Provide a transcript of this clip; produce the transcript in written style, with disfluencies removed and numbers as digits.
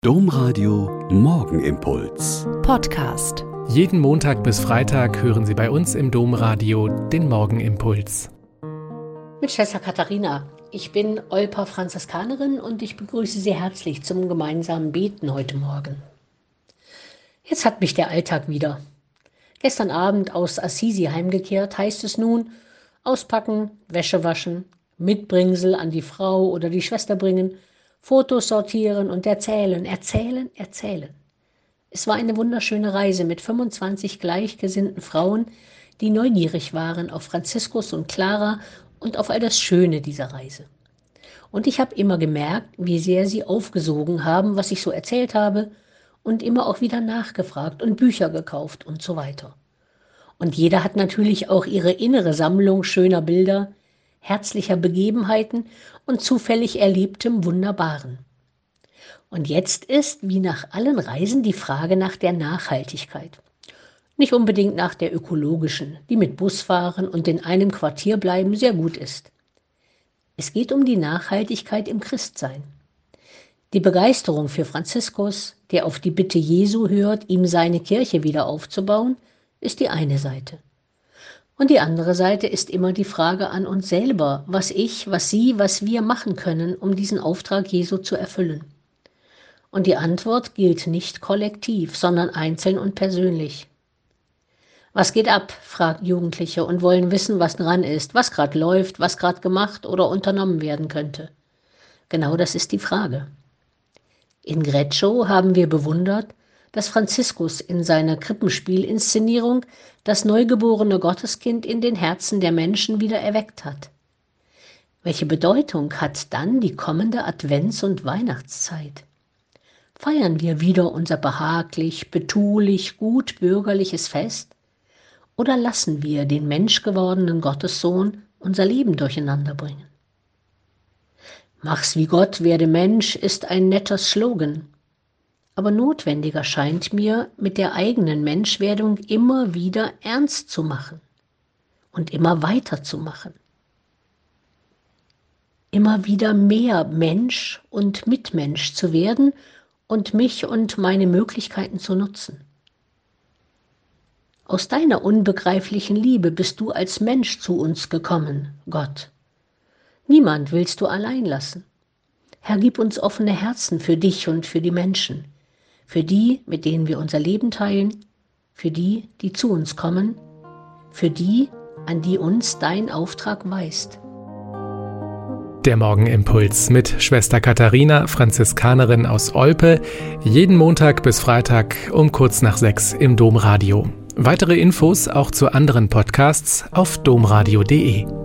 Domradio Morgenimpuls. Podcast. Jeden Montag bis Freitag hören Sie bei uns im Domradio den Morgenimpuls. Mit Schwester Katharina. Ich bin Olper Franziskanerin und ich begrüße Sie herzlich zum gemeinsamen Beten heute Morgen. Jetzt hat mich der Alltag wieder. Gestern Abend aus Assisi heimgekehrt, heißt es nun: auspacken, Wäsche waschen, Mitbringsel an die Frau oder die Schwester bringen, Fotos sortieren und erzählen. Es war eine wunderschöne Reise mit 25 gleichgesinnten Frauen, die neugierig waren auf Franziskus und Clara und auf all das Schöne dieser Reise. Und ich habe immer gemerkt, wie sehr sie aufgesogen haben, was ich so erzählt habe, und immer auch wieder nachgefragt und Bücher gekauft und so weiter. Und jeder hat natürlich auch ihre innere Sammlung schöner Bilder, herzlicher Begebenheiten und zufällig Erlebtem Wunderbaren. Und jetzt ist, wie nach allen Reisen, die Frage nach der Nachhaltigkeit. Nicht unbedingt nach der ökologischen, die mit Bus fahren und in einem Quartier bleiben sehr gut ist. Es geht um die Nachhaltigkeit im Christsein. Die Begeisterung für Franziskus, der auf die Bitte Jesu hört, ihm seine Kirche wieder aufzubauen, ist die eine Seite. Und die andere Seite ist immer die Frage an uns selber, was ich, was Sie, was wir machen können, um diesen Auftrag Jesu zu erfüllen. Und die Antwort gilt nicht kollektiv, sondern einzeln und persönlich. Was geht ab, fragt Jugendliche und wollen wissen, was dran ist, was gerade läuft, was gerade gemacht oder unternommen werden könnte. Genau das ist die Frage. In Greccio haben wir bewundert, dass Franziskus in seiner Krippenspiel-Inszenierung das neugeborene Gotteskind in den Herzen der Menschen wieder erweckt hat. Welche Bedeutung hat dann die kommende Advents- und Weihnachtszeit? Feiern wir wieder unser behaglich, betulich, gut bürgerliches Fest? Oder lassen wir den menschgewordenen Gottessohn unser Leben durcheinander bringen? Mach's wie Gott, werde Mensch ist ein netter Slogan. Aber notwendiger scheint mir, mit der eigenen Menschwerdung immer wieder ernst zu machen und immer weiter zu machen. Immer wieder mehr Mensch und Mitmensch zu werden und mich und meine Möglichkeiten zu nutzen. Aus deiner unbegreiflichen Liebe bist du als Mensch zu uns gekommen, Gott. Niemand willst du allein lassen. Herr, gib uns offene Herzen für dich und für die Menschen. Für die, mit denen wir unser Leben teilen, für die, die zu uns kommen, für die, an die uns dein Auftrag weist. Der Morgenimpuls mit Schwester Katharina, Franziskanerin aus Olpe, jeden Montag bis Freitag um kurz nach 6 im Domradio. Weitere Infos auch zu anderen Podcasts auf domradio.de.